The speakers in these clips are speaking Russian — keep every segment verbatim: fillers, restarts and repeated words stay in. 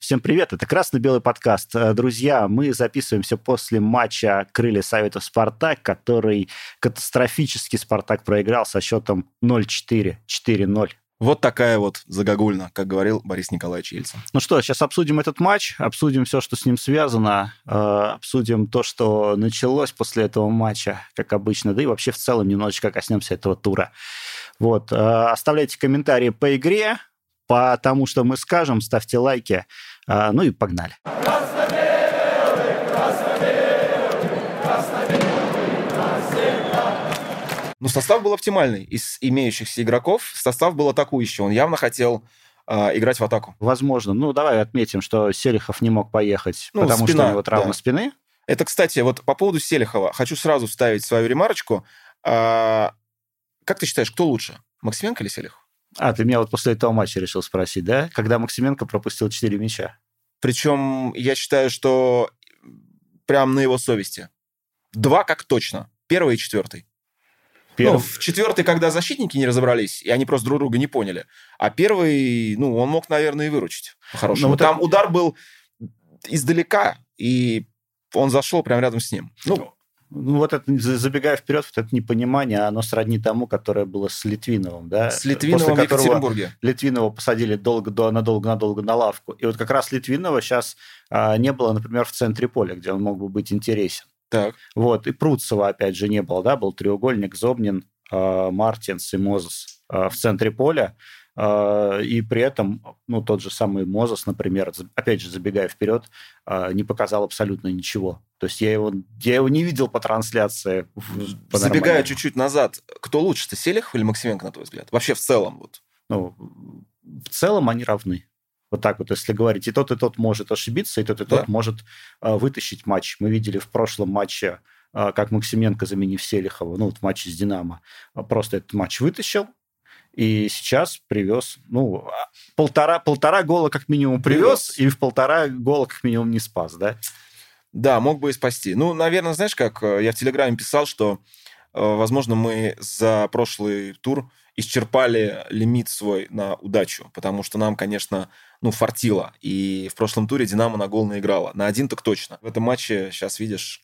Всем привет, это «Красно-белый подкаст». Друзья, мы записываемся после матча «Крылья Советов Спартак», который катастрофически Спартак проиграл со счетом ноль четыре, четыре ноль. Вот такая вот загогульна, как говорил Борис Николаевич Ельцин. Ну что, сейчас обсудим этот матч, обсудим все, что с ним связано, э, обсудим то, что началось после этого матча, как обычно, да и вообще в целом немножечко коснемся этого тура. Вот, э, оставляйте комментарии по игре, по тому, что мы скажем, ставьте лайки, э, ну и погнали. Ну, состав был оптимальный. Из имеющихся игроков состав был атакующий. Он явно хотел э, играть в атаку. Возможно. Ну, давай отметим, что Селихов не мог поехать, ну, потому спина, что у него травма да. спины. Это, кстати, вот по поводу Селихова. Хочу сразу вставить свою ремарочку. А, как ты считаешь, кто лучше, Максименко или Селихов? А, ты меня вот после этого матча решил спросить, да? Когда Максименко пропустил четыре мяча. Причем я считаю, что прям на его совести. Два как точно. Первый и четвертый. Перв... Ну, в четвертый, когда защитники не разобрались, и они просто друг друга не поняли. А первый, ну, он мог, наверное, и выручить по-хорошему. Вот Там это... удар был издалека, и он зашел прямо рядом с ним. Ну, ну вот это, забегая вперед, вот это непонимание, оно сродни тому, которое было с Литвиновым, да? С Литвиновым в Екатеринбурге. Литвинова посадили долго, надолго-надолго на лавку. И вот как раз Литвинова сейчас а, не было, например, в центре поля, где он мог бы быть интересен. Так. Вот, и Пруцева, опять же, не было, да, был треугольник, Зобнин, э, Мартинс и Мозес э, в центре поля, э, и при этом, ну, тот же самый Мозес, например, опять же, забегая вперед, э, не показал абсолютно ничего. То есть я его, я его не видел по трансляции. По Забегая чуть-чуть назад, кто лучше-то, Селихов или Максименко, на твой взгляд? Вообще в целом? Вот. Ну, в целом они равны. Вот так вот, если говорить, и тот, и тот может ошибиться, и тот, и тот да. может э, вытащить матч. Мы видели в прошлом матче, э, как Максименко, заменив Селихова, ну, вот в матче с «Динамо», просто этот матч вытащил, и сейчас привез, ну, полтора, полтора гола как минимум привез, привез, и в полтора гола как минимум не спас, да? Да, мог бы и спасти. Ну, наверное, знаешь, как я в Телеграме писал, что, возможно, мы за прошлый тур исчерпали лимит свой на удачу, потому что нам, конечно, ну, фартило. И в прошлом туре «Динамо» на гол наиграла. На один так точно. В этом матче, сейчас видишь,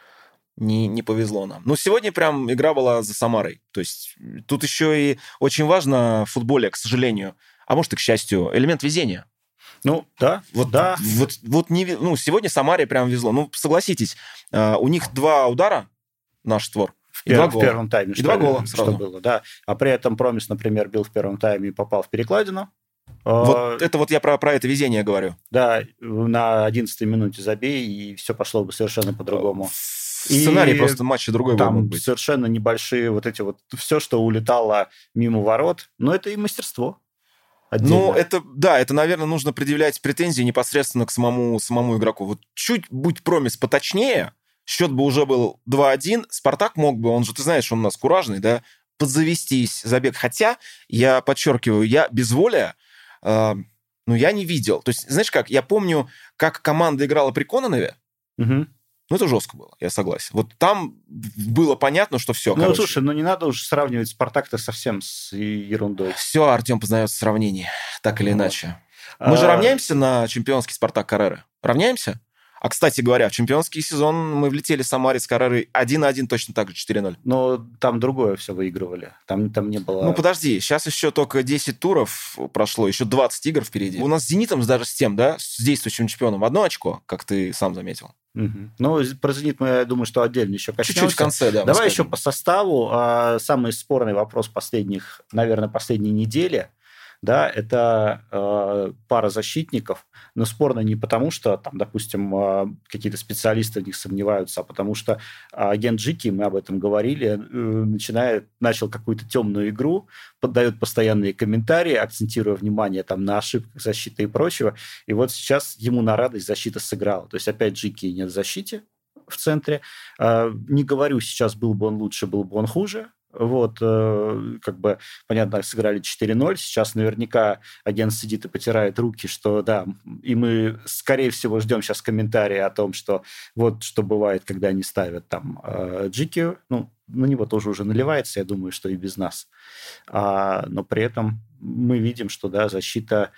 не, не повезло нам. Но сегодня прям игра была за Самарой. То есть тут еще и очень важно в футболе, к сожалению, а может и к счастью, элемент везения. Ну, да, вот, да. Вот, вот не, ну, сегодня Самаре прям везло. Ну, согласитесь, у них два удара, наш створ, В, пер, в первом тайме. И что, два гола что было, да. А при этом Промис, например, бил в первом тайме и попал в перекладину. Вот а, это вот я про, про это везение говорю. Да, на одиннадцатой минуте забей, и все пошло бы совершенно по-другому. Сценарий и просто матча другой там мог быть. Совершенно небольшие вот эти вот... Все, что улетало мимо ворот, но это и мастерство. Отдельно. Ну, это, да, это, наверное, нужно предъявлять претензии непосредственно к самому, самому игроку. Вот чуть будь Промис поточнее, счет бы уже был два один, Спартак мог бы, он же, ты знаешь, он у нас куражный, да, подзавестись, забег. Хотя, я подчеркиваю, я безволия, э, ну, я не видел. То есть, знаешь как, я помню, как команда играла при Кононове, угу. Ну, это жестко было, я согласен. Вот там было понятно, что все. Ну, короче. Слушай, ну не надо уже сравнивать Спартак-то совсем с ерундой. Все, Артем познается в сравнении, так или иначе. Мы а... же равняемся на чемпионский Спартак Карреры? Равняемся? А, кстати говоря, в чемпионский сезон мы влетели с Самаре с Каррерой один один, точно так же, четыре ноль. Но там другое все выигрывали. Там, там не было... Ну, подожди, сейчас еще только десять туров прошло, еще двадцать игр впереди. У нас с «Зенитом» даже с тем, да, с действующим чемпионом одно очко, как ты сам заметил. Угу. Ну, про «Зенит» мы, я думаю, что отдельно еще коснемся. Чуть-чуть в конце, да. Давай еще по составу. Самый спорный вопрос последних, наверное, последней недели. Да, это э, пара защитников, но спорно не потому, что, там, допустим, э, какие-то специалисты в них сомневаются, а потому что агент Джики, мы об этом говорили, э, начинает, начал какую-то темную игру, поддает постоянные комментарии, акцентируя внимание там, на ошибках защиты и прочего, и вот сейчас ему на радость защита сыграла. То есть опять Джики нет в защите в центре. Э, не говорю сейчас, был бы он лучше, был бы он хуже. Вот, э, как бы, понятно, сыграли четыре ноль. Сейчас наверняка агент сидит и потирает руки, что да, и мы, скорее всего, ждем сейчас комментарии о том, что вот что бывает, когда они ставят там э, Джики, ну, на него тоже уже наливается, я думаю, что и без нас. А, но при этом мы видим, что, да, защита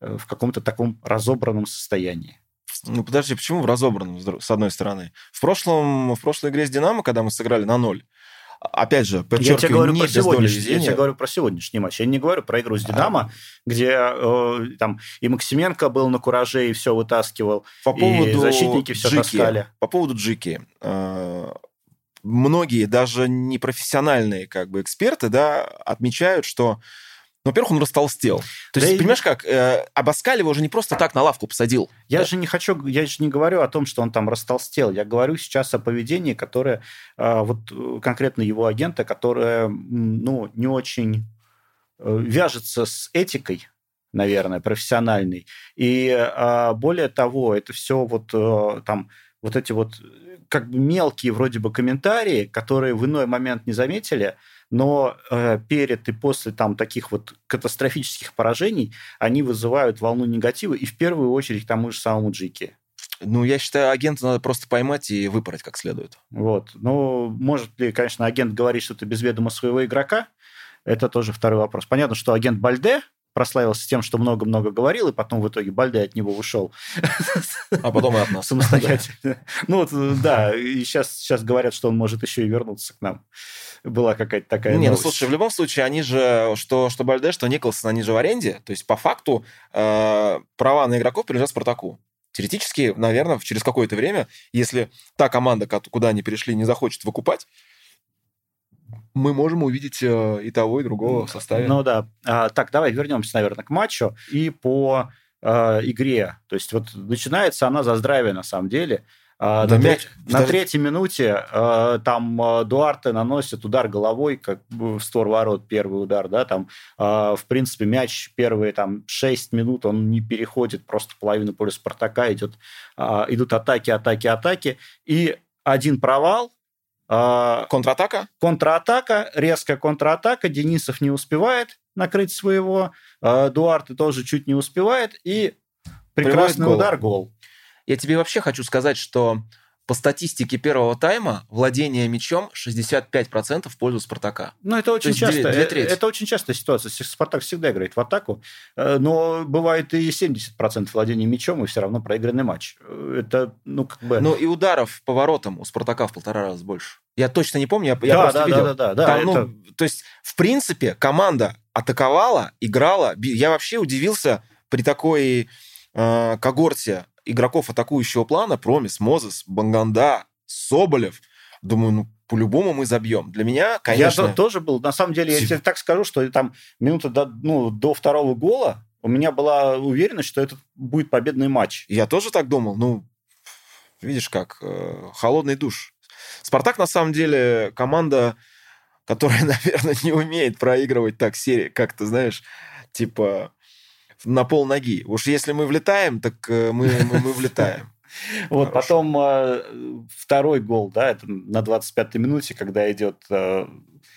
в каком-то таком разобранном состоянии. Ну, подожди, почему в разобранном, с одной стороны? В прошлом, в прошлой игре с «Динамо», когда мы сыграли на ноль, опять же, я тебе, говорю не про без доли везения. Я тебе говорю про сегодняшний матч. Я не говорю про игру с «Динамо», а... где э, там и Максименко был на кураже и все вытаскивал, по поводу и защитники все Джики, таскали. По поводу Джики. Э, многие, даже непрофессиональные как бы, эксперты, да, отмечают, что, ну, во-первых, он растолстел. То да есть, и... понимаешь как, э, Абаскаль его уже не просто так на лавку посадил. Я да? же не хочу, я же не говорю о том, что он там растолстел. Я говорю сейчас о поведении, которое, э, вот конкретно его агента, которое, ну, не очень э, вяжется с этикой, наверное, профессиональной. И э, более того, это все вот э, там вот эти вот как бы мелкие вроде бы комментарии, которые в иной момент не заметили, но э, перед и после там таких вот катастрофических поражений они вызывают волну негатива, и в первую очередь к тому же самому Джики. Ну, я считаю, агента надо просто поймать и выпороть как следует. Вот. Ну, может ли, конечно, агент говорить что-то без ведома своего игрока? Это тоже второй вопрос. Понятно, что агент Бальде прославился тем, что много-много говорил, и потом в итоге Бальде от него ушел. А потом и от нас. Самостоятельно. Ну, вот, да, и сейчас, сейчас говорят, что он может еще и вернуться к нам. Была какая-то такая Не, новость. ну, слушай, в любом случае, они же, что, что Бальде, что Николсон, они же в аренде, то есть, по факту, э, права на игроков принадлежат Спартаку. Теоретически, наверное, через какое-то время, если та команда, куда они перешли, не захочет выкупать, мы можем увидеть э, и того, и другого в составе. Ну да. А, так, давай вернемся, наверное, к матчу и по э, игре. То есть вот начинается она за здравие, на самом деле. А, да на, мяч... треть, на третьей минуте э, там э, Дуарте наносит удар головой, как в створ ворот, первый удар, да, там, э, в принципе, мяч первые там шесть минут, он не переходит, просто половину поля Спартака, идет, э, идут атаки, атаки, атаки, и один провал. Контратака? Контратака, резкая контратака. Денисов не успевает накрыть своего. Дуарте тоже чуть не успевает. И прекрасный удар, гол. Я тебе вообще хочу сказать, что по статистике первого тайма владение мячом шестьдесят пять процентов в пользу Спартака. Ну, это очень часто. Две, две трети. Это очень частая ситуация. Спартак всегда играет в атаку, но бывает и семьдесят процентов владения мячом, и все равно проигранный матч. Это, ну, как бы... Ну, и ударов по воротам у Спартака в полтора раза больше. Я точно не помню, я, да, я просто да, видел. Да, да, да, Там, да, ну, это... То есть, в принципе, команда атаковала, играла. Я вообще удивился при такой э, когорте игроков атакующего плана, Промис, Мозес, Банганда, Соболев. Думаю, ну, по-любому мы забьем. Для меня, конечно... Я тоже был. На самом деле, я тебе так скажу, что там минута до, ну, до второго гола у меня была уверенность, что это будет победный матч. Я тоже так думал. Ну, видишь как, э, холодный душ. Спартак, на самом деле, команда, которая, наверное, не умеет проигрывать так серии, как ты знаешь, типа... на полноги. Уж если мы влетаем, так мы, мы, мы влетаем. Вот потом э, второй гол, да, это на двадцать пятой минуте, когда идет... Э,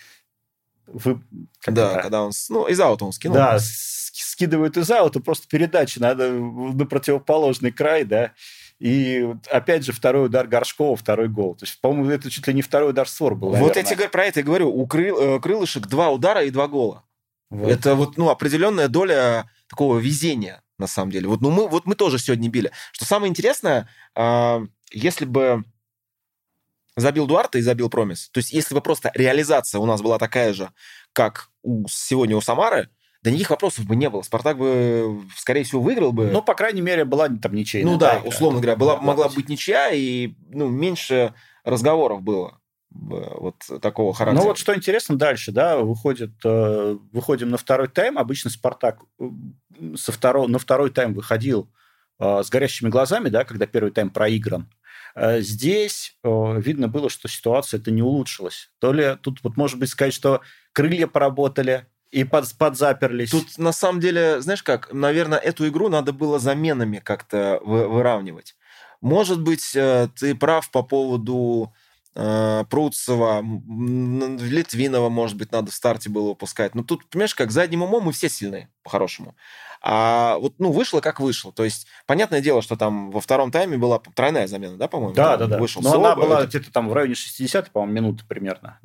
вы, когда, да, когда он... Ну, из аута он скинул. Да, скидывают из аута, просто передачи надо на противоположный край, да. И опять же второй удар Горшкова, второй гол. То есть, по-моему, это чуть ли не второй удар в створ был, наверное. Вот я тебе про это и говорю. У Крыл, Крылышек два удара и два гола. Вот. Это вот, ну, определенная доля такого везения, на самом деле. Вот, ну, мы, вот мы тоже сегодня били. Что самое интересное, э, если бы забил Дуарте и забил Промис, то есть если бы просто реализация у нас была такая же, как у, сегодня у Самары, да никаких вопросов бы не было. Спартак бы, скорее всего, выиграл бы. Ну, по крайней мере, была там ничья. Ну да, условно говоря, была, могла быть ничья, и ну, меньше разговоров было. Вот такого характера. Ну вот что интересно дальше, да, выходит, э, выходим на второй тайм. Обычно Спартак со второго, на второй тайм выходил э, с горящими глазами, да, когда первый тайм проигран. Э, здесь э, видно было, что ситуация это не улучшилась. То ли тут вот может быть сказать, что крылья поработали и под, подзаперлись. Тут на самом деле, знаешь как, наверное, эту игру надо было заменами как-то вы, выравнивать. Может быть, ты прав по поводу Пруцева, Литвинова, может быть, надо в старте было выпускать. Но тут, понимаешь, как задним умом мы все сильны, по-хорошему. А вот, ну, вышло как вышло. То есть, понятное дело, что там во втором тайме была тройная замена, да, по-моему? Да, да, да. Вышел Но Соболев, она была это... где-то там в районе шестидесятой, по-моему, минуты примерно, да?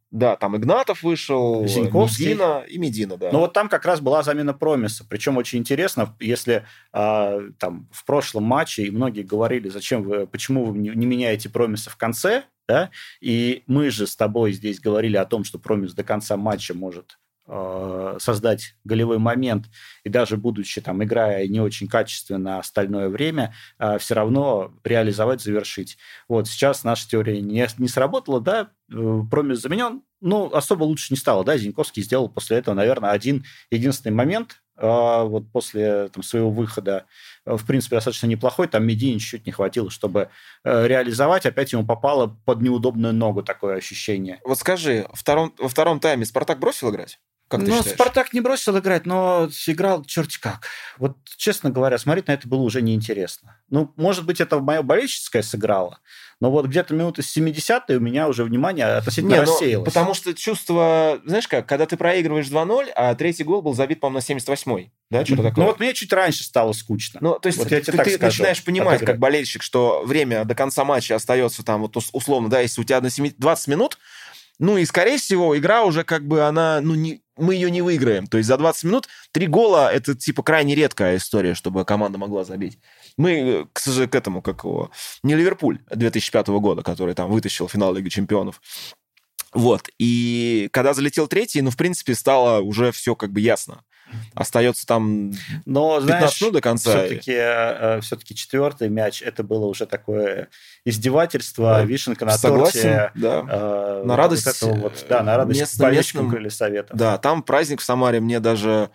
Да, там Игнатов вышел, Зиньковский. Медина и Медина, да. Но вот там как раз была замена Промиса. Причем очень интересно, если а, там в прошлом матче, и многие говорили, зачем вы, почему вы не, не меняете Промиса в конце, да, и мы же с тобой здесь говорили о том, что Промис до конца матча может создать голевой момент, и даже будучи там, играя не очень качественно остальное время, все равно реализовать, завершить. Вот сейчас наша теория не, не сработала, да, Промис заменен, ну, особо лучше не стало, да, Зиньковский сделал после этого, наверное, один единственный момент, вот после там, своего выхода, в принципе, достаточно неплохой, там Медине чуть-чуть не хватило, чтобы реализовать, опять ему попало под неудобную ногу такое ощущение. Вот скажи, втором, во втором тайме Спартак бросил играть? Как ты ну, считаешь? Спартак не бросил играть, но играл черти как. Вот, честно говоря, смотреть на это было уже неинтересно. Ну, может быть, это мое болельщическое сыграло, но вот где-то минуты с семидесятой у меня уже внимание относительно не, рассеялось. Ну, потому что чувство, знаешь как, когда ты проигрываешь два ноль, а третий гол был забит, по-моему, на семьдесят восьмой, да, что-то такое. Ну, вот мне чуть раньше стало скучно. Ну, то есть вот ты, я тебе ты, так ты скажу, начинаешь понимать, как болельщик, что время до конца матча остается там, вот условно, да, если у тебя на двадцать минут, ну, и, скорее всего, игра уже как бы, она, ну, не, мы ее не выиграем. То есть за двадцать минут три гола – это, типа, крайне редкая история, чтобы команда могла забить. Мы, к сожалению, к этому, как его, не Ливерпуль две тысячи пятого года, который там вытащил финал Лиги Чемпионов. Вот. И когда залетел третий, ну, в принципе, стало уже все как бы ясно. Остается там Но, пятнадцать минут до конца. Все-таки, э, все-таки четвертый мяч, это было уже такое издевательство, да. Вишенка на Согласен, торте. Да. Э, на радость. Вот этого вот, да, на радость местным, болельщикам местным, Крылья Советов. Да, там праздник в Самаре, мне даже...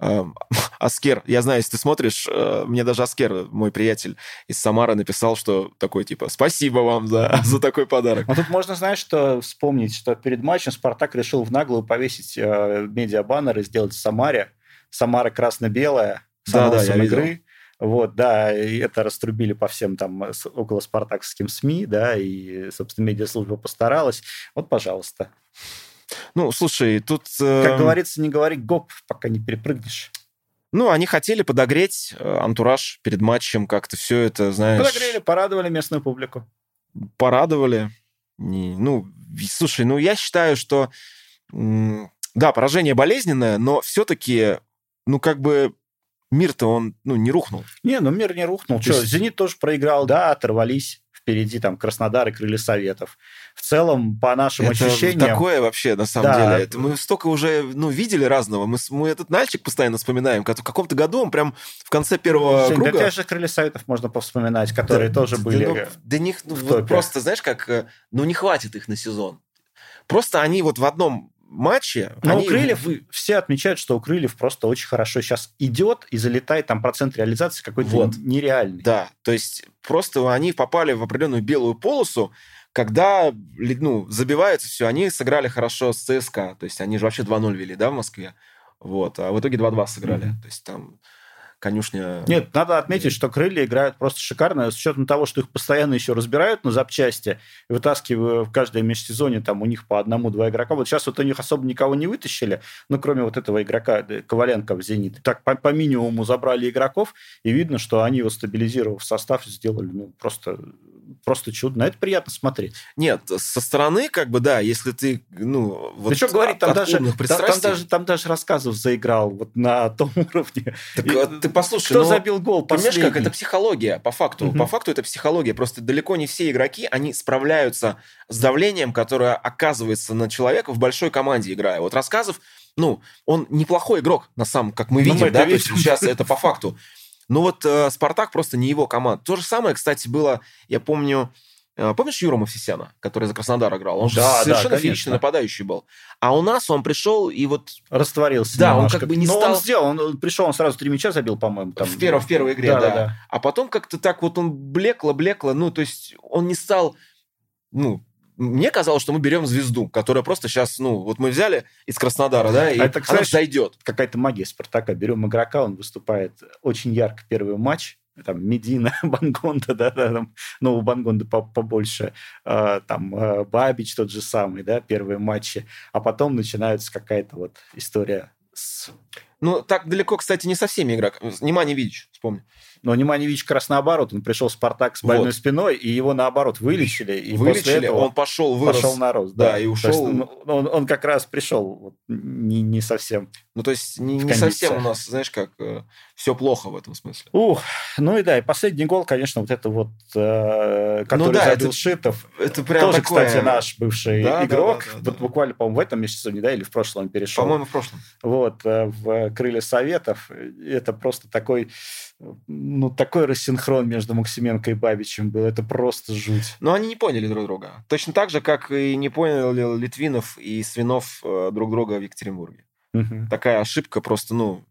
Аскер, я знаю, если ты смотришь, мне даже Аскер, мой приятель из Самары, написал, что такой, типа, спасибо вам за, за такой подарок. Но тут можно, знаешь, что вспомнить, что перед матчем Спартак решил в наглую повесить э, медиабаннер и сделать в Самаре. Самара красно-белая, с да, анонсом да, игры. Видел. Вот, да, и это раструбили по всем там около спартаковским СМИ, да, и, собственно, медиаслужба постаралась. Вот, пожалуйста. Ну, слушай, тут... Как э... говорится, не говори гоп, пока не перепрыгнешь. Ну, они хотели подогреть антураж перед матчем, как-то все это, знаешь... Подогрели, порадовали местную публику. Порадовали. Не, ну, слушай, ну, я считаю, что... Да, поражение болезненное, но все-таки, ну, как бы... Мир-то он, ну, не рухнул. Не, ну, мир не рухнул. Что, есть... «Зенит» тоже проиграл, да, оторвались. Впереди там Краснодар и Крылья Советов. В целом, по нашим это ощущениям... такое вообще, на самом да. деле. Это мы столько уже, ну, видели разного. Мы, мы этот Нальчик постоянно вспоминаем. В каком-то году он прям в конце первого Жень, круга... Да, те же Крылья Советов можно повспоминать, которые да, тоже да, были ну, да них ну, вот просто, знаешь, как... Ну, не хватит их на сезон. Просто они вот в одном... матче. Но они... у Крыльев все отмечают, что у Крыльев просто очень хорошо сейчас идет и залетает, там процент реализации какой-то вот. нереальный. Да, то есть просто они попали в определенную белую полосу, когда ну, забивается все. Они сыграли хорошо с ЦСКА, то есть они же вообще два ноль вели, да, в Москве, вот, а в итоге два-два сыграли, mm-hmm. то есть там... конюшня... Нет, надо отметить, что Крылья играют просто шикарно, с учетом того, что их постоянно еще разбирают на запчасти и вытаскивают в каждое межсезонье, там у них по одному-два игрока. Вот сейчас вот у них особо никого не вытащили, ну, кроме вот этого игрока Коваленко в «Зенит». Так, по, по минимуму забрали игроков, и видно, что они его, стабилизировав состав, сделали, ну, просто... Просто чудно. Это приятно смотреть. Нет, со стороны, как бы, да, если ты, ну... Вот да что говорить, там даже, там, там, даже, там даже рассказов заиграл вот на том уровне. Так, и, ты послушай, кто ну, забил гол понимаешь, последний? как это психология, по факту. Uh-huh. По факту это психология. Просто далеко не все игроки, они справляются с давлением, которое оказывается на человека в большой команде, играя. Вот Рассказов, ну, он неплохой игрок, на самом, как мы видим, мы да, то есть сейчас это по факту. Ну вот э, «Спартак» просто не его команда. То же самое, кстати, было, я помню... Э, помнишь Юру Мавсисяна, который за Краснодар играл? Он да, же совершенно да, фееричный нападающий был. А у нас он пришел и вот... Растворился Да, немножко. он как бы не Но стал... он сделал, он пришел, он сразу три мяча забил, по-моему. Там... В, перв, в первой игре, да, да. да. да. А потом как-то так вот он блекло-блекло, ну, то есть он не стал... Ну, мне казалось, что мы берем звезду, которая просто сейчас, ну, вот мы взяли из Краснодара, да, и это, кстати, она зайдет. Какая-то магия Спартака. Берем игрока, он выступает очень ярко первый матч, там, Медина, Бангонда, да, да, там, ну, у Бангонда побольше, э, там, э, Бабич тот же самый, да, первые матчи, а потом начинается какая-то вот история с... Ну, так далеко, кстати, не со всеми игроками. Немanja Vidic, вспомни. Но Неманьевич как раз наоборот, он пришел в «Спартак» с больной Вот. спиной, и его наоборот вылечили. И Вылечили, после этого он пошел, вырос. Пошел на рост, да, да. и ушел. То есть, ну, он, он как раз пришел вот, не, не совсем. Ну, то есть, не, в не совсем кондициях. у нас, знаешь, как э, все плохо в этом смысле. Ух, ну и да, и последний гол, конечно, вот это вот, э, который Ну да, забил это- Шитов. Это прям Тоже, такое... кстати, наш бывший Да, да, игрок. да, да, вот да. буквально, по-моему, в этом сезоне, да, или в прошлом перешел. По-моему, в прошлом. Вот, э, в «Крылья Советов». Это просто такой, ну, такой рассинхрон между Максименко и Бабичем был. Это просто жуть. Но они не поняли друг друга. Точно так же, как и не поняли Литвинов и Свинов э, друг друга в Екатеринбурге. Мгм. Такая ошибка просто, ну...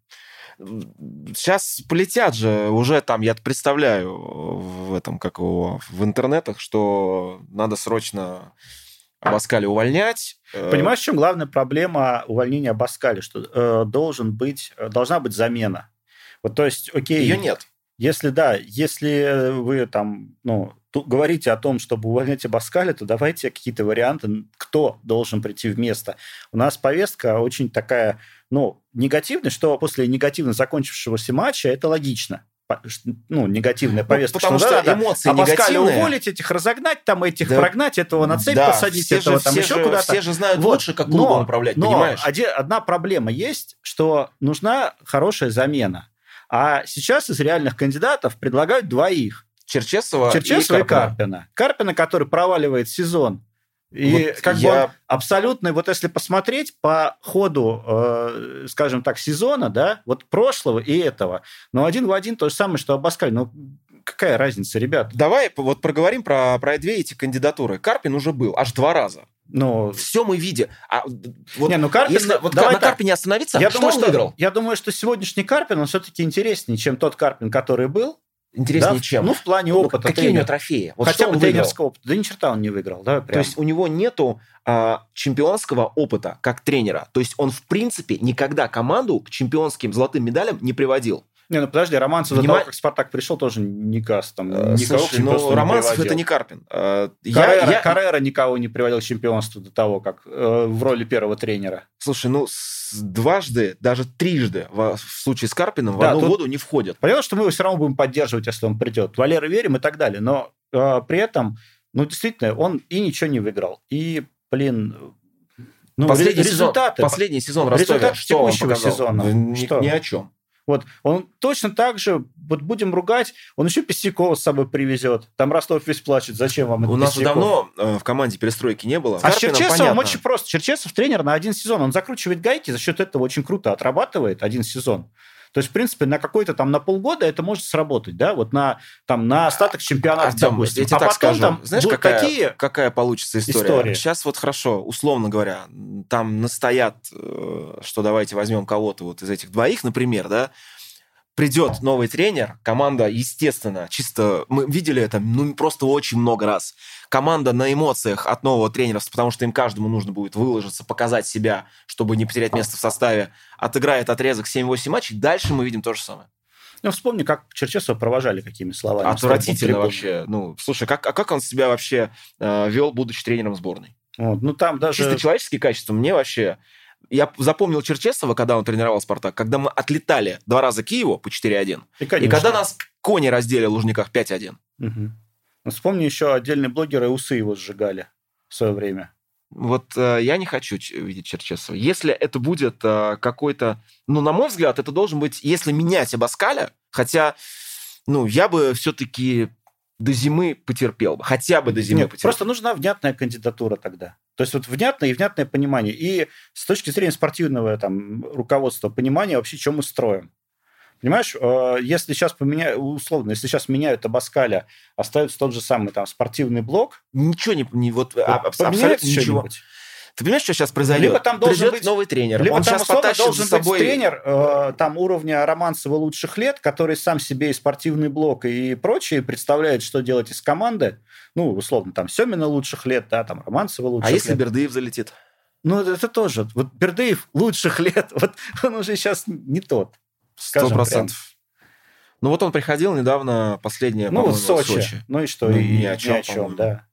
Сейчас полетят же уже там, я представляю, в этом, как его, в интернетах, что надо срочно Абаскаля увольнять. Э, Понимаешь, в чем главная проблема увольнения Абаскаля? Что э, должен быть, э, должна быть замена. Вот, то есть, окей... Ее нет. Если да, если вы там, ну, тут говорите о том, чтобы увольнять Абаскаля, то давайте какие-то варианты, кто должен прийти вместо. У нас повестка очень такая, ну, негативная, что после негативно закончившегося матча это логично. По- Ну, негативная повестка. потому что да-да-да, эмоции Абаскаля негативные. уволить, этих разогнать, там этих Да. прогнать, этого на цепь Да, посадить, все этого же, там все еще же- куда-то. Все же знают Вот. лучше, как клубом Но- управлять, но понимаешь? оде- одна проблема есть, что нужна хорошая замена. А сейчас из реальных кандидатов предлагают двоих. Черчесова, Черчесова и, и Карпина. Карпина. Карпина, который проваливает сезон. И Вот как бы я- он абсолютно, вот если посмотреть по ходу, э, скажем так, сезона, да, вот прошлого и этого, ну, один в один то же самое, что Абаскаль. Ну, какая разница, ребят? Давай вот проговорим про, про две эти кандидатуры. Карпин уже был аж два раза. Ну, Все мы видим. А вот не, ну Карпин... если вот давай на так. Карпине остановиться, Я что думаю, он что, выиграл? я думаю, что сегодняшний Карпин, он все-таки интереснее, чем тот Карпин, который был. Интереснее, Да, чем? Ну, в плане Ну, опыта. какие у него тренера. трофеи? Вот Хотя что бы он выиграл? тренерского опыта. Да ни черта он не выиграл. Давай То прям. есть у него нету а, чемпионского опыта как тренера. То есть он, в принципе, никогда команду к чемпионским золотым медалям не приводил. Не, ну подожди, Романцев до Внима- того, как Спартак пришел, тоже никас там, Э, никого Слушай, к чемпионству ну, не Романцев приводил. это не Карпин. Э, я- Каррера, я- Каррера никого не приводил к чемпионству до того, как э, в роли первого тренера. Слушай, ну, с- дважды, даже трижды в, в случае с Карпином в Да, одну тут- воду не входят. Понятно, что мы его все равно будем поддерживать, если он придет. Валеры верим и так далее. Но э, при этом, ну, действительно, он и ничего не выиграл. И, блин, ну, последний, ре- результаты. сезон, последний сезон в Ростове, результаты что он текущего показал? сезона. Да ни, Что? ни о чем. Вот, он точно так же, вот будем ругать, он еще Песякова с собой привезет. Там Ростов весь плачет, зачем вам это У нас же Песяков? давно э, в команде перестройки не было. А с Карпином Черчесовым понятно. очень просто. Черчесов тренер на один сезон. Он закручивает гайки, за счет этого очень круто отрабатывает один сезон. То есть, в принципе, на какой-то там на полгода это может сработать, да, вот на, там, на остаток чемпионата, Артем, допустим. я тебе а так потом скажу. там Знаешь, будут какая, такие... какая получится история? истории. Сейчас вот хорошо, условно говоря, там настоят, э, что давайте возьмем кого-то вот из этих двоих, например, да, придет новый тренер, команда, естественно, чисто, мы видели это, ну, просто очень много раз. Команда на эмоциях от нового тренера, потому что им каждому нужно будет выложиться, показать себя, чтобы не потерять место в составе, отыграет отрезок семь-восемь матчей, дальше мы видим то же самое. Ну, вспомни, как Черчесова провожали какими словами. Отвратительно Трибуны. вообще. Ну, слушай, как, а как он себя вообще э, вел, будучи тренером сборной? Вот, ну, там даже... Чисто человеческие качества мне вообще... Я запомнил Черчесова, когда он тренировал «Спартак», когда мы отлетали два раза Киеву по четыре один, И, и конечно. когда нас кони раздели в Лужниках пять один. Мгм. Ну, вспомни, еще отдельные блогеры усы его сжигали в свое время. Вот э, я не хочу ч- видеть Черчесова. Если это будет э, какой-то... Ну, на мой взгляд, это должен быть... Если менять Абаскаля, хотя, ну, я бы все-таки до зимы потерпел бы. Хотя бы до зимы Нет, потерпел. просто нужна внятная кандидатура тогда. То есть вот внятное и внятное понимание. И с точки зрения спортивного там, руководства, понимания вообще, что мы строим. Понимаешь, э, если сейчас поменяют, условно, если сейчас меняют Абаскаля, остается тот же самый там спортивный блок, Ничего не... не вот, а, аб- поменяется абсолютно ничего. что-нибудь. Ты понимаешь, что сейчас произойдет? Либо там должен Придет быть- новый тренер. Либо Он там, сейчас условно, потащит должен за собой... быть тренер э, там уровня Романцева лучших лет, который сам себе и спортивный блок и прочее представляет, что делать из команды. Ну, условно, там Семина лучших лет, да, там Романцева лучших А лет. если Бердыев залетит? Ну, это, это тоже. Вот Бердыев лучших лет, вот он уже сейчас не тот. Сто Скажем процентов. Ну вот он приходил недавно, последнее, Ну, по-моему, в Сочи. в Сочи. Ну и что? Ну, и, ни о чем, ни о чем, по-моему. да.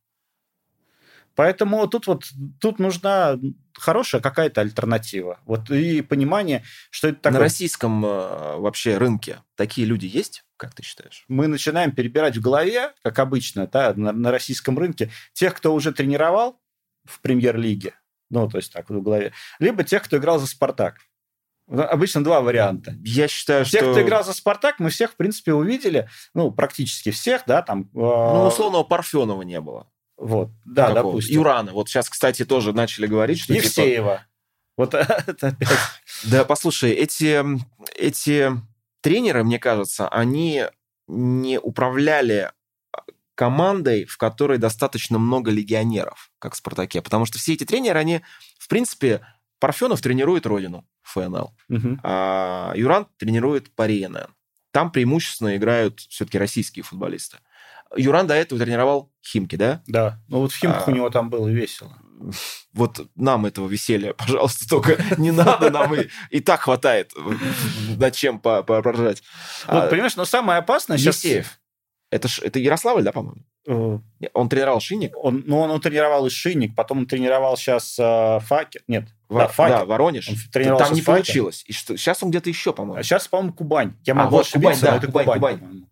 Поэтому тут вот тут нужна хорошая какая-то альтернатива. Вот и понимание, что это На такое. российском э, вообще рынке такие люди есть, как ты считаешь? Мы начинаем перебирать в голове, как обычно, да, на, на российском рынке, тех, кто уже тренировал в премьер-лиге, ну, то есть так, в голове, либо тех, кто играл за «Спартак». Обычно два варианта. Я считаю, Тех, что... кто играл за «Спартак», мы всех, в принципе, увидели, ну, практически всех, да, там... Ну, условного Парфенова не было. Вот, да, Какого? допустим. Юрана. Вот сейчас, кстати, тоже начали говорить, что... Евсеева. Типа... Вот это опять... Да, послушай, эти, эти тренеры, мне кажется, они не управляли командой, в которой достаточно много легионеров, как в «Спартаке». Потому что все эти тренеры, они, в принципе... Парфенов тренирует Родину, ФНЛ. Угу. А Юран тренирует Пари эн эн. Там преимущественно играют все-таки российские футболисты. Юран до этого тренировал Химки, да? Да. Ну вот в Химках а... у него там было весело. Вот нам этого веселья, пожалуйста, только не надо, нам и, и так хватает над чем поржать. Вот, понимаешь, но самое опасное сейчас... Евсеев. Это, ж, это Ярославль, да, по-моему? Uh, он тренировал Шинник? Он, ну, он, он тренировал и Шинник, потом он тренировал сейчас э, Факер. Нет, Во, да, Факер. Да, Воронеж. Там не получилось. И что, сейчас он где-то еще, по-моему. А сейчас, по-моему, Кубань. Я а, могу вот, ошибиться, Кубань, да, это Кубань, Кубань. Кубань.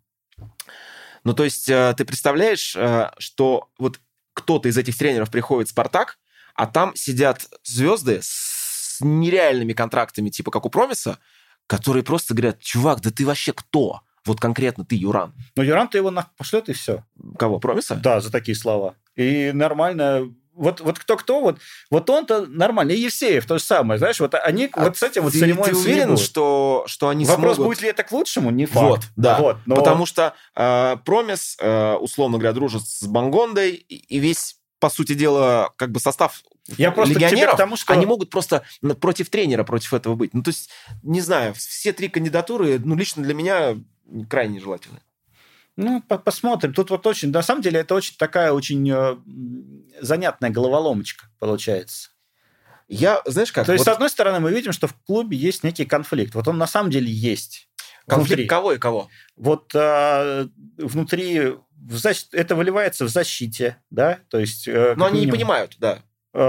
Ну, то есть, ты представляешь, что вот кто-то из этих тренеров приходит в «Спартак», а там сидят звезды с нереальными контрактами, типа как у Промиса, которые просто говорят: чувак, да ты вообще кто? Вот конкретно ты, Юран. Ну, Юран-то его нахуй пошлет, и все. Кого, Промиса? Да, за такие слова. И нормально... Вот, вот кто-кто, вот, вот он-то нормально. И Евсеев то же самое. Знаешь, вот они а вот с этим вот церемонией... Ты уверен, что, что они Вопрос, смогут... будет ли это к лучшему, не факт. Вот, да. Вот, но... Потому что э, Промис, э, условно говоря, дружит с Бангондой, и, и весь, по сути дела, как бы состав Я просто легионеров, потому, что... они могут просто против тренера, против этого быть. Ну, то есть, не знаю, все три кандидатуры, ну, лично для меня крайне нежелательны. Ну, посмотрим. Тут вот очень... На самом деле, это очень такая очень э, занятная головоломочка получается. Я, знаешь как... То есть, вот... с одной стороны, мы видим, что в клубе есть некий конфликт. Вот он на самом деле есть. Конфликт внутри. Кого и кого? Вот э, внутри... В защ... Это выливается в защите, да? То есть... Э, Но они минимум, не понимают, да.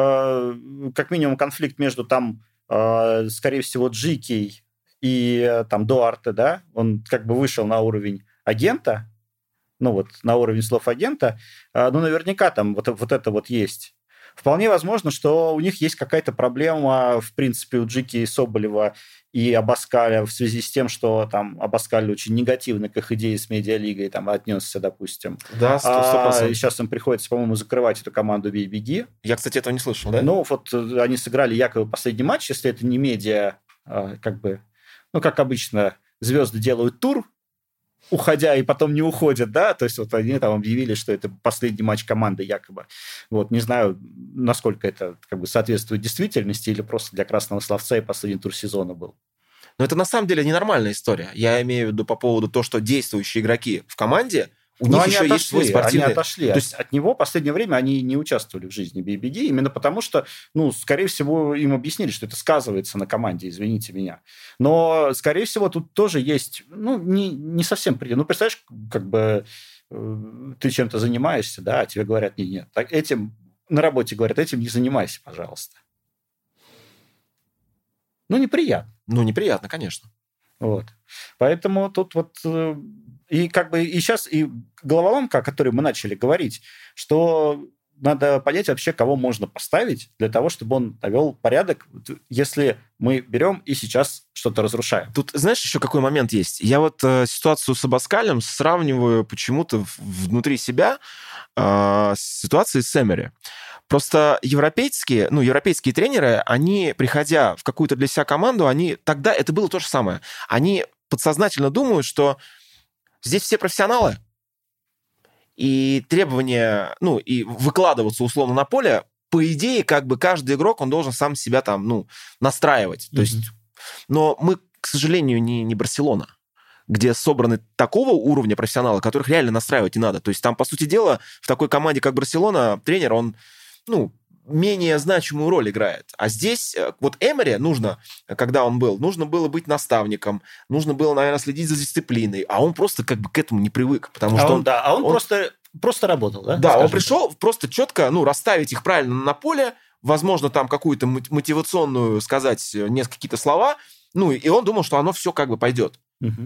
Э, как минимум конфликт между там, э, скорее всего, Джики и э, там Дуарте, да? Он как бы вышел на уровень агента, ну вот на уровень слов агента, ну наверняка там вот, вот это вот есть. Вполне возможно, что у них есть какая-то проблема, в принципе, у Джики и Соболева и Абаскаля в связи с тем, что там Абаскаль очень негативно к их идее с медиалигой там отнесся, допустим. Да, сто процентов. А, и сейчас им приходится, по-моему, закрывать эту команду «Бей, беги». Я, кстати, этого не слышал, да? Ну, вот они сыграли якобы последний матч, если это не медиа, как бы, ну, как обычно, звезды делают тур, уходя и потом не уходят, да, то есть вот они там объявили, что это последний матч команды якобы. Вот, не знаю, насколько это как бы соответствует действительности или просто для красного словца и последний тур сезона был. Но это на самом деле ненормальная история. Я имею в виду по поводу того, что действующие игроки в команде, у Но них они еще отошли, есть свой спортивный... Они отошли. То есть... От него в последнее время они не участвовали в жизни «Бей-беги», именно потому что, ну, скорее всего, им объяснили, что это сказывается на команде, извините меня. Но, скорее всего, тут тоже есть, ну, не, не совсем... Ну, представляешь, как бы ты чем-то занимаешься, да, а тебе говорят, нет, нет, так этим на работе говорят, этим не занимайся, пожалуйста. Ну, неприятно. Ну, неприятно, конечно. Вот. Поэтому тут вот... И как бы и сейчас и головоломка, о которой мы начали говорить, что надо понять вообще, кого можно поставить для того, чтобы он навел порядок, если мы берем и сейчас что-то разрушаем. Тут, знаешь, еще какой момент есть? Я вот э, ситуацию с Абаскалем сравниваю почему-то внутри себя э, с ситуацией с Эмери. Просто европейские, ну, европейские тренеры, они, приходя в какую-то для себя команду, они тогда, это было то же самое, они подсознательно думают, что здесь все профессионалы, и требования, ну, и выкладываться условно на поле, по идее, как бы каждый игрок, он должен сам себя там, ну, настраивать. Mm-hmm. То есть, но мы, к сожалению, не, не Барселона, где собраны такого уровня профессионала, которых реально настраивать не надо. То есть там, по сути дела, в такой команде, как Барселона, тренер, он, ну, менее значимую роль играет. А здесь вот Эмери нужно, когда он был, нужно было быть наставником, нужно было, наверное, следить за дисциплиной, а он просто как бы к этому не привык, потому а что он, он... Да, а он, он просто, просто работал, да? Да, Скажем он пришел так. Просто четко, ну, расставить их правильно на поле, возможно, там какую-то мотивационную сказать несколько какие-то слова, ну, и он думал, что оно все как бы пойдет. Угу.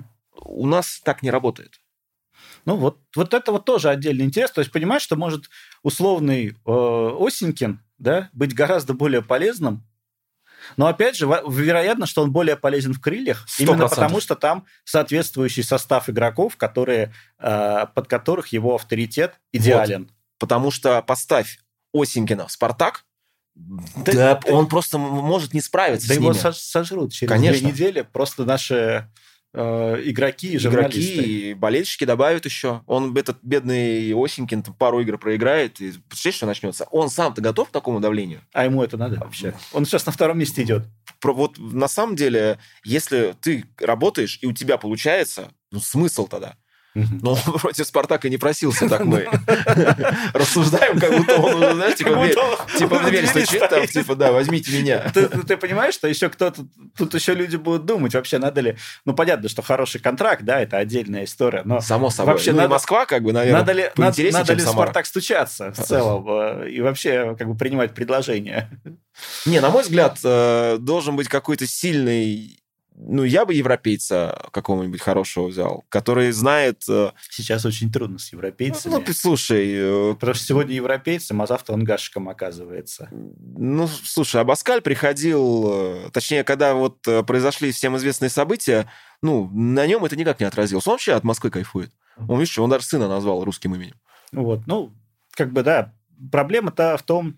у нас так не работает. Ну, вот, вот это вот тоже отдельный интерес. То есть, понимаешь, что может условный э, Осенькин, да, быть гораздо более полезным. Но, опять же, вероятно, что он более полезен в крыльях, сто процентов. Именно потому, что там соответствующий состав игроков, которые, э, под которых его авторитет идеален. Вот. Потому что поставь Осенькина в «Спартак», да, да, да, он просто может не справиться да с его ними. сожрут через Конечно. две недели. Просто наши э, игроки и журналисты. Игроки и болельщики добавят еще. Он, этот бедный Осенькин, пару игр проиграет, и представляешь, что начнется? Он сам-то готов к такому давлению? А ему это надо вообще? Он сейчас на втором месте идет. Вот на самом деле, если ты работаешь, и у тебя получается, ну смысл тогда? Но он против «Спартака» не просился, так мы рассуждаем, как будто он уже, знаешь, типа в дверь стучит, там, типа, да, возьмите меня. Ты понимаешь, что еще кто-то, тут еще люди будут думать, вообще надо ли, ну, понятно, что хороший контракт, да, это отдельная история, но... Само собой. Вообще, ну, надо, Москва, как бы, наверное, надо ли, поинтереснее, надо чем ли в Самара. «Спартак» стучаться в целом и вообще, как бы, принимать предложения? Не, на мой взгляд, должен быть какой-то сильный... Ну, я бы европейца какого-нибудь хорошего взял, который знает... Сейчас очень трудно с европейцами. Ну, слушай... Потому что сегодня европейцем, а завтра он гашиком оказывается. Ну, слушай, Абаскаль приходил... Точнее, когда вот произошли всем известные события, ну, на нем это никак не отразилось. Он вообще от Москвы кайфует. Он, видишь, он даже сына назвал русским именем. Вот, ну, как бы, да. Проблема-то в том,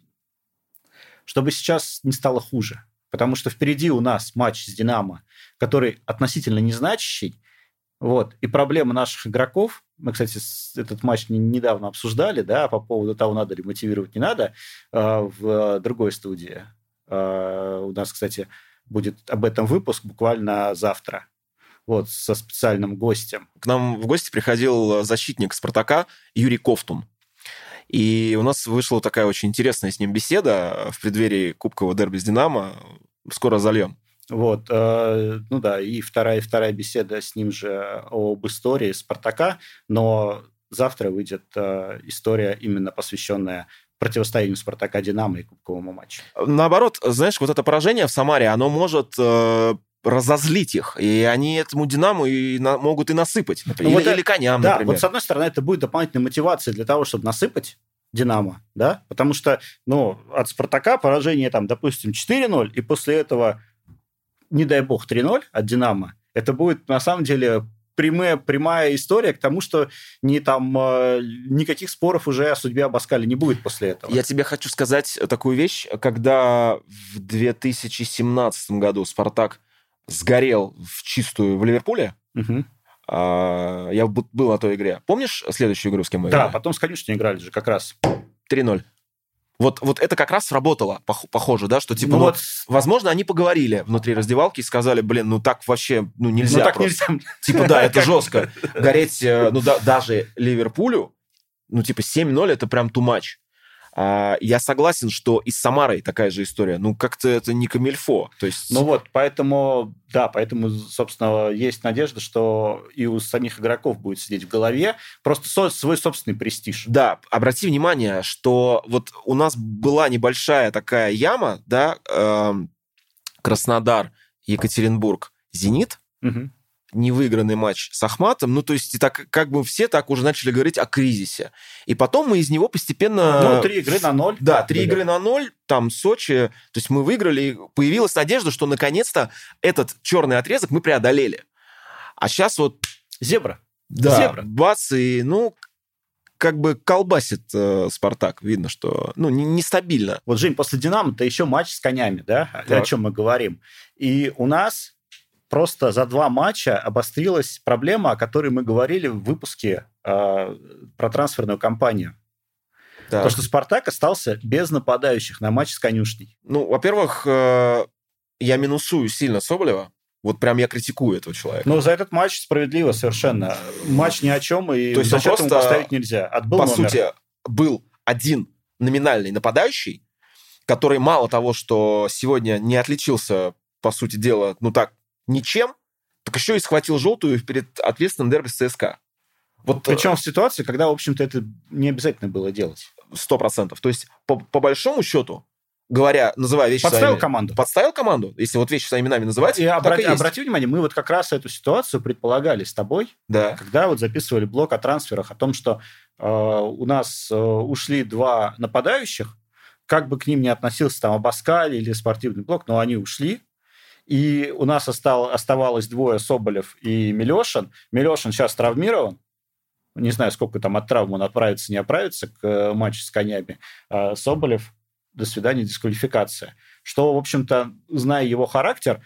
чтобы сейчас не стало хуже. Потому что впереди у нас матч с «Динамо», который относительно незначащий. Вот. И проблема наших игроков, мы, кстати, этот матч недавно обсуждали, да, по поводу того, надо ли мотивировать, не надо, в другой студии. У нас, кстати, будет об этом выпуск буквально завтра. Вот, со специальным гостем. К нам в гости приходил защитник «Спартака» Юрий Ковтун. И у нас вышла такая очень интересная с ним беседа в преддверии кубкового дерби с «Динамо». Скоро зальем. Вот, э, ну да, и вторая, вторая беседа с ним же об истории «Спартака», но завтра выйдет э, история, именно посвященная противостоянию «Спартака» «Динамо» и кубковому матчу. Наоборот, знаешь, вот это поражение в Самаре, оно может... Э... разозлить их, и они этому «Динаму» и на, могут и насыпать, например, ну, или, вот, или коням, да, например. Вот с одной стороны, это будет дополнительной мотивацией для того, чтобы насыпать «Динамо», да, потому что, ну, от «Спартака» поражение, там, допустим, четыре ноль, и после этого, не дай бог, три ноль от «Динамо», это будет, на самом деле, прямая, прямая история к тому, что ни, там, никаких споров уже о судьбе Абаскаля не будет после этого. Я тебе хочу сказать такую вещь, когда в две тысячи семнадцатом году «Спартак» сгорел в чистую в Ливерпуле. Угу. А, я был на той игре. Помнишь следующую игру, с кем мы да, играли? Да, потом с Конюшней играли же как раз. три ноль. Вот, вот это как раз сработало, похоже, да, что типа, ну, ну, вот... возможно, они поговорили внутри раздевалки и сказали, блин, ну так вообще, ну нельзя. Ну так просто. нельзя. Типа, да, это жестко. Гореть, ну да, даже Ливерпулю, ну типа семь ноль это прям too much. Я согласен, что и с Самарой такая же история. Ну, как-то это не камильфо. То есть... Ну вот, поэтому, да, поэтому, собственно, есть надежда, что и у самих игроков будет сидеть в голове просто со- свой собственный престиж. Да, обрати внимание, что вот у нас была небольшая такая яма, да, э, Краснодар, Екатеринбург, Зенит, угу. невыигранный матч с Ахматом, ну, то есть, и так, как бы все так уже начали говорить о кризисе. И потом мы из него постепенно... Ну, три игры на ноль. Да, три игры на ноль, там, Сочи, то есть мы выиграли, и появилась надежда, что, наконец-то, этот черный отрезок мы преодолели. А сейчас вот... Зебра. Да, Зебра. бац, и, ну, как бы колбасит э, «Спартак». Видно, что, ну, нестабильно. Не вот, Жень, после «Динамо»-то еще матч с конями, да? Так. О чем мы говорим. И у нас... Просто за два матча обострилась проблема, о которой мы говорили в выпуске э, про трансферную кампанию. Так. То, что «Спартак» остался без нападающих на матч с Конюшней. Ну, во-первых, э, я минусую сильно Соболева. Вот прям я критикую этого человека. Ну, за этот матч справедливо совершенно. Матч ни о чем, и То есть зачет ему поставить нельзя. Отбыл по номер. сути, был один номинальный нападающий, который мало того, что сегодня не отличился, по сути дела, ну так, ничем, так еще и схватил желтую перед ответственным дерби с ЦСКА. Вот, причем в ситуации, когда, в общем-то, это не обязательно было делать. Сто процентов. То есть, по, по большому счету, говоря, называя вещи Подставил своими... команду. Подставил команду, если вот вещи своими именами называть, и так обрати, и есть. Обрати внимание, мы вот как раз эту ситуацию предполагали с тобой, да. когда вот записывали блог о трансферах, о том, что э, у нас э, ушли два нападающих, как бы к ним ни относился там Абаскаль или спортивный блог, но они ушли. И у нас остал, оставалось двое, Соболев и Милешин. Милешин сейчас травмирован. Не знаю, сколько там от травмы он отправится, не отправится к матчу с конями. А Соболев, до свидания, дисквалификация. Что, в общем-то, зная его характер,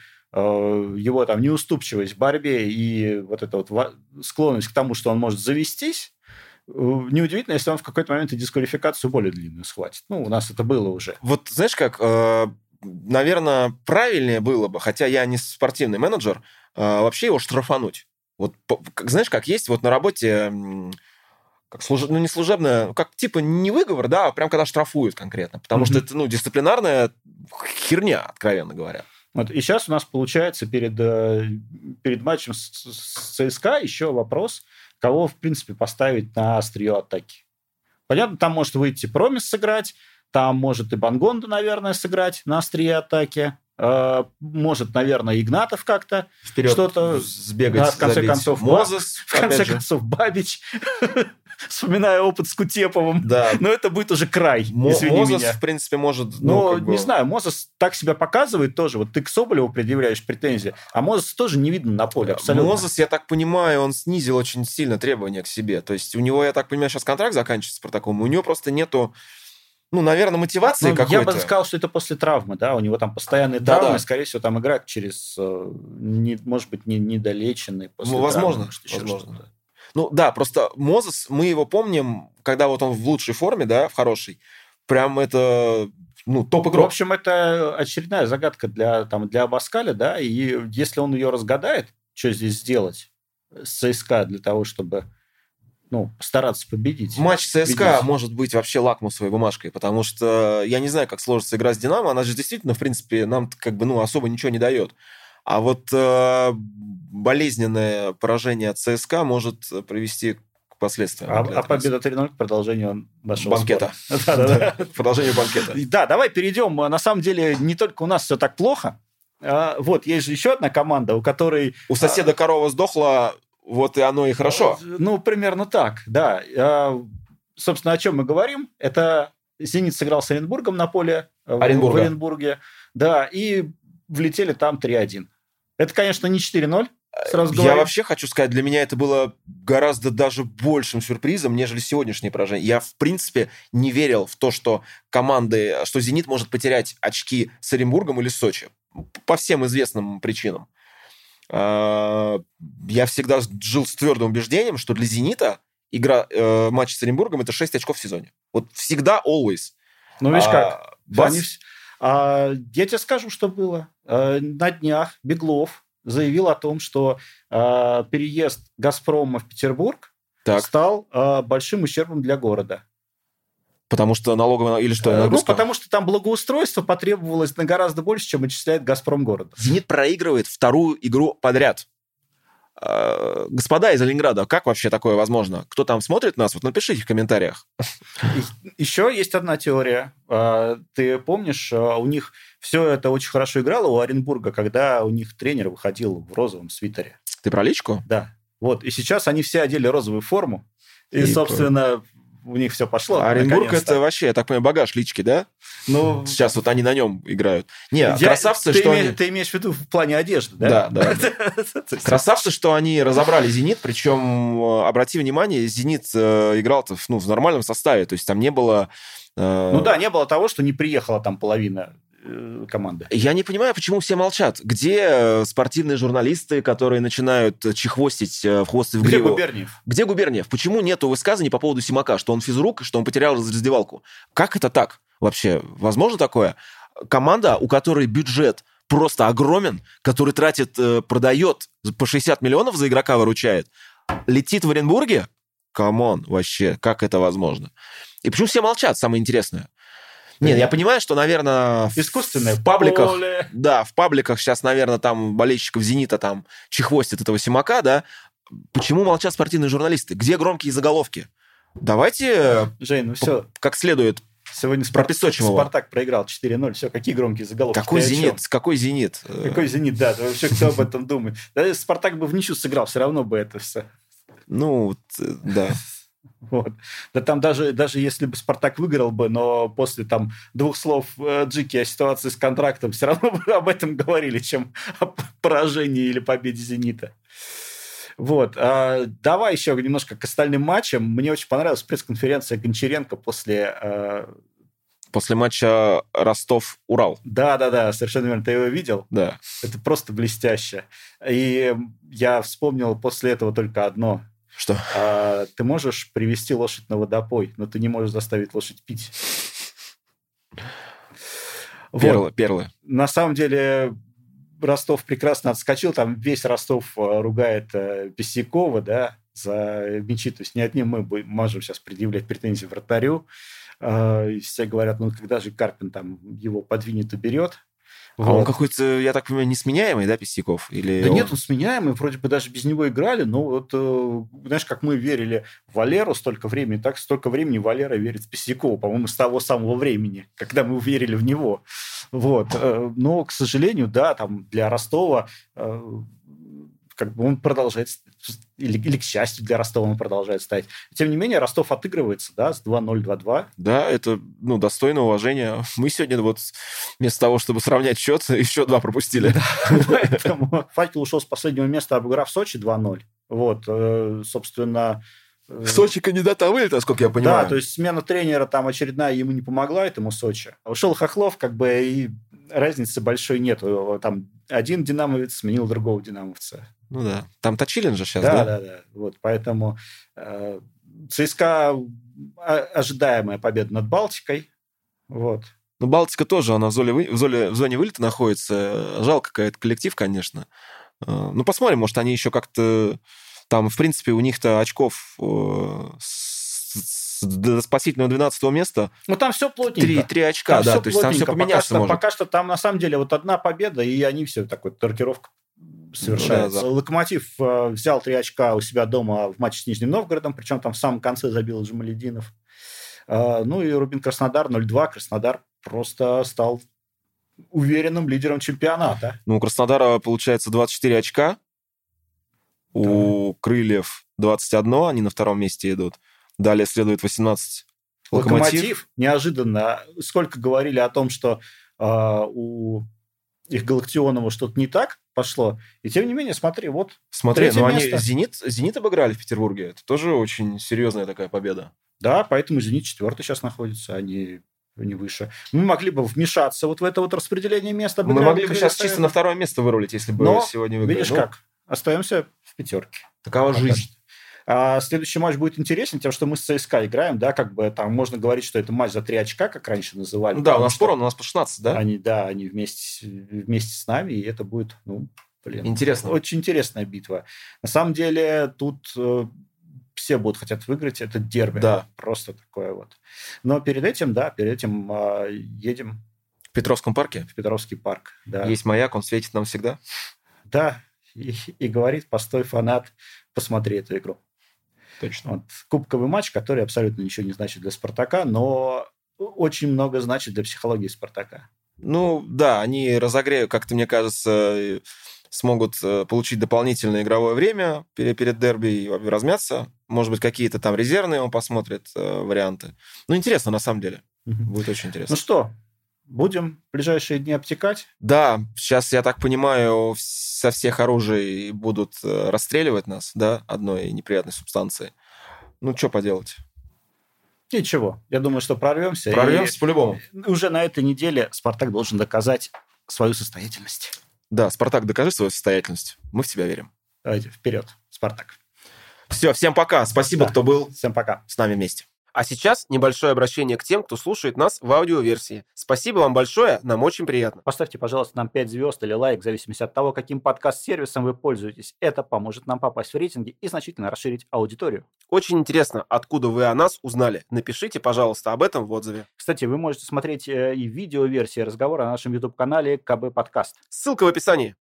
его там неуступчивость в борьбе и вот эта вот склонность к тому, что он может завестись, неудивительно, если он в какой-то момент и дисквалификацию более длинную схватит. Ну, у нас это было уже. Вот знаешь как, наверное, правильнее было бы, хотя я не спортивный менеджер, вообще его штрафануть. Вот, знаешь, как есть вот на работе, как служ... ну, не служебная, как типа не выговор, да, а прям когда штрафуют конкретно. Потому mm-hmm. что это, ну, дисциплинарная херня, откровенно говоря. Вот, и сейчас у нас получается перед, перед матчем с, с ЦСКА еще вопрос, кого, в принципе, поставить на острие атаки. Понятно, там может выйти Промис сыграть, там может и Бангонда, наверное, сыграть на острие атаки. Может, наверное, Игнатов как-то вперед что-то сбегать, да, в конце забить. концов, Мозес, в конце концов, Бабич. Вспоминая опыт с Кутеповым. Да. Но это будет уже край, Мо- извини Мозес, меня. в принципе, может... Ну, ну, как бы... не знаю, Мозес так себя показывает тоже. Вот ты к Соболеву предъявляешь претензии, а Мозес тоже не видно на поле абсолютно. Мозес, я так понимаю, он снизил очень сильно требования к себе. То есть у него, я так понимаю, сейчас контракт заканчивается с Спартаком, у него просто нету, ну, наверное, мотивации ну, какой-то. Я бы сказал, что это после травмы, да, у него там постоянные да, травмы, да. скорее всего, там играть через, не, может быть, не, недолеченный после ну, возможно, травмы. Может, возможно. Что-то. Ну, да, просто Мозес, мы его помним, когда вот он в лучшей форме, да, в хорошей, прям это, ну, топ-игрок. В общем, это очередная загадка для, там, для Абаскаля, да, и если он ее разгадает, что здесь сделать с ЦСКА для того, чтобы... ну, стараться победить. Матч ЦСКА победить. Может быть вообще лакмусовой бумажкой, потому что я не знаю, как сложится игра с Динамо, она же действительно, в принципе, нам как бы, ну, особо ничего не дает. А вот э, болезненное поражение от ЦСКА может привести к последствиям. А, а победа три ноль к продолжению нашего банкета. Да-да-да. К продолжению банкета. Да, давай перейдем. На самом деле, не только у нас все так плохо. Вот, есть же еще одна команда, у которой... У соседа корова сдохла, вот и оно и хорошо. Ну, примерно так, да. Собственно, о чем мы говорим? Это «Зенит» сыграл с Оренбургом на поле Оренбурга. в Оренбурге. Да, и влетели там три один. Это, конечно, не четыре ноль. Сразу Я говорю. вообще хочу сказать, для меня это было гораздо даже большим сюрпризом, нежели сегодняшнее поражение. Я, в принципе, не верил в то, что команды, что «Зенит» может потерять очки с Оренбургом или с Сочи. По всем известным причинам. Я всегда жил с твердым убеждением, что для «Зенита» игра, матч с Оренбургом – это шесть очков в сезоне. Вот всегда, always. Ну, видишь как. А, Они... а, я тебе скажу, что было. А, на днях Беглов заявил о том, что а, переезд «Газпрома» в Петербург так. стал а, большим ущербом для города. Потому что налоговая... Или что? Ну, потому что там благоустройство потребовалось на гораздо больше, чем отчисляет «Газпром» города. «Зенит» проигрывает вторую игру подряд. Господа из Ленинграда, как вообще такое возможно? Кто там смотрит нас? Вот напишите в комментариях. Еще есть одна теория. Ты помнишь, у них все это очень хорошо играло у Оренбурга, когда у них тренер выходил в розовом свитере. Ты про личку? Да. Вот. И сейчас они все одели розовую форму. И, и собственно... у них все пошло. Оренбург это вообще, я так понимаю, багаж лички, да? Ну, сейчас вот они на нем играют. Не, я, красавцы, ты что име, они... Ты имеешь в виду в плане одежды, да? Да, да. Красавцы, что они разобрали «Зенит», причем, обрати внимание, «Зенит» играл ну, в нормальном составе, то есть там не было... Ну да, не было того, что не приехала там половина команды. Я не понимаю, почему все молчат. Где спортивные журналисты, которые начинают чехвостить в хвост и в гриву? Где Губерниев? Где Губерниев? Почему нету высказаний по поводу Симака, что он физрук, что он потерял раздевалку? Как это так вообще? Возможно такое? Команда, у которой бюджет просто огромен, который тратит, продает по шестьдесят миллионов за игрока выручает, летит в Оренбурге? Камон, вообще, как это возможно? И почему все молчат, самое интересное? Нет, я понимаю, что, наверное, искусственное в пабликах, поле. Да, в пабликах сейчас, наверное, там болельщиков «Зенита» там чехвостят этого Симака, да. Почему молчат спортивные журналисты? Где громкие заголовки? Давайте Жень, ну все. как следует Сегодня Спарт... Спартак проиграл четыре ноль. Все, какие громкие заголовки. Какой «Зенит»? Какой «Зенит»? Какой «Зенит», да. Вообще, кто об этом думает? Да, если Спартак бы в ничью сыграл, все равно бы это все. Ну, да. Вот. Да там даже, даже если бы Спартак выиграл бы, но после там двух слов Джики о ситуации с контрактом, все равно бы об этом говорили, чем о поражении или победе «Зенита». Вот. А, давай еще немножко к остальным матчам. Мне очень понравилась пресс-конференция Гончаренко после... А... После матча Ростов-Урал. Да-да-да, совершенно верно. Ты его видел? Да. Это просто блестяще. И я вспомнил после этого только одно. Что? А, ты можешь привести лошадь на водопой, но ты не можешь заставить лошадь пить. Перлы, вот. перлы. На самом деле... Ростов прекрасно отскочил, там весь Ростов ругает э, Песякова, да, за мячи. То есть не одним мы можем сейчас предъявлять претензии вратарю. Э, и все говорят, ну когда же Карпин там его подвинет, уберет. А вот. Он какой-то, я так понимаю, несменяемый, да, Песяков? Или да он... нет, он сменяемый, вроде бы даже без него играли, но вот, э, знаешь, как мы верили в Валеру столько времени, так столько времени Валера верит в Песякова, по-моему, с того самого времени, когда мы верили в него. Вот. Но, к сожалению, да, там для Ростова как бы он продолжает, или, или к счастью для Ростова он продолжает стоять. Тем не менее, Ростов отыгрывается, да, с два ноль, два два. Да, это, ну, достойно уважения. Мы сегодня вот вместо того, чтобы сравнять счет, еще два пропустили. Поэтому Факел ушел с последнего места, обыграв Сочи два ноль. Вот, собственно... Сочи кандидат на вылет, насколько я понимаю. Да, то есть смена тренера там очередная ему не помогла, этому Сочи. Ушел Хохлов, как бы и разницы большой нет. Там один динамовец сменил другого динамовца. Ну да. Там Точилин же сейчас, да? Да, да, да. Вот, поэтому э, ЦСКА ожидаемая победа над Балтикой. Вот. Ну, Балтика тоже, она в зоне, в зоне, в зоне вылета находится. Жалко какой-то коллектив, конечно. Ну, посмотрим, может, они еще как-то... Там, в принципе, у них-то очков э, с, с, до спасительного двенадцатого места. Ну, там все плотненько. Три, три очка, там да, все то есть там все поменяться пока что, может. Пока что там, на самом деле, вот одна победа, и они все, такой, торкировка совершается. Ну, да, да. Локомотив э, взял три очка у себя дома в матче с Нижним Новгородом, причем там в самом конце забил Джамалединов. Э, ну, и Рубин Краснодар ноль два. Краснодар просто стал уверенным лидером чемпионата. Ну, у Краснодара, получается, двадцать четыре очка. У да. Крыльев двадцать один, они на втором месте идут. Далее следует восемнадцать Локомотив. Локомотив неожиданно. Сколько говорили о том, что э, у их Галактионова что-то не так пошло. И тем не менее, смотри, вот. Смотри, ну они Зенит, Зенит обыграли в Петербурге. Это тоже очень серьезная такая победа. Да, поэтому Зенит четвертый сейчас находится, они не выше. Мы могли бы вмешаться вот в это вот распределение места. Мы могли бы сейчас чисто на второе место вырулить, если бы Но, сегодня выиграли. Видишь ну... как? Остаемся в пятерке. Такова Пока жизнь. А следующий матч будет интересен тем, что мы с ЦСКА играем, да, как бы там можно говорить, что это матч за три очка, как раньше называли. Ну, да, у нас спор, у нас по шестнадцать, да? Они, да, они вместе, вместе с нами, и это будет, ну, блин. Интересно. Очень интересная битва. На самом деле тут э, все будут хотят выиграть, это дерби. Да. Просто такое вот. Но перед этим, да, перед этим э, едем... В Петровском парке? В Петровский парк, да. Есть маяк, он светит нам всегда? Да. И, и говорит, постой, фанат, посмотри эту игру. Точно. Вот. Кубковый матч, который абсолютно ничего не значит для Спартака, но очень много значит для психологии Спартака. Ну, да, они разогреют, как-то, мне кажется, смогут получить дополнительное игровое время перед дерби и размяться. Может быть, какие-то там резервные он посмотрит варианты. Ну, интересно, на самом деле. Угу. Будет очень интересно. Ну что, будем в ближайшие дни обтекать? Да, сейчас, я так понимаю, со всех оружий будут расстреливать нас, да, одной неприятной субстанцией. Ну, что поделать? Ничего. Я думаю, что прорвемся. Прорвемся и по-любому. Уже на этой неделе Спартак должен доказать свою состоятельность. Да, Спартак, докажи свою состоятельность. Мы в тебя верим. Давайте, вперед, Спартак. Все, всем пока. Спасибо, да. кто был всем пока. С нами вместе. А сейчас небольшое обращение к тем, кто слушает нас в аудиоверсии. Спасибо вам большое, нам очень приятно. Поставьте, пожалуйста, нам пять звезд или лайк, в зависимости от того, каким подкаст-сервисом вы пользуетесь. Это поможет нам попасть в рейтинги и значительно расширить аудиторию. Очень интересно, откуда вы о нас узнали. Напишите, пожалуйста, об этом в отзыве. Кстати, вы можете смотреть и видеоверсии разговора на нашем YouTube-канале КБ Подкаст. Ссылка в описании.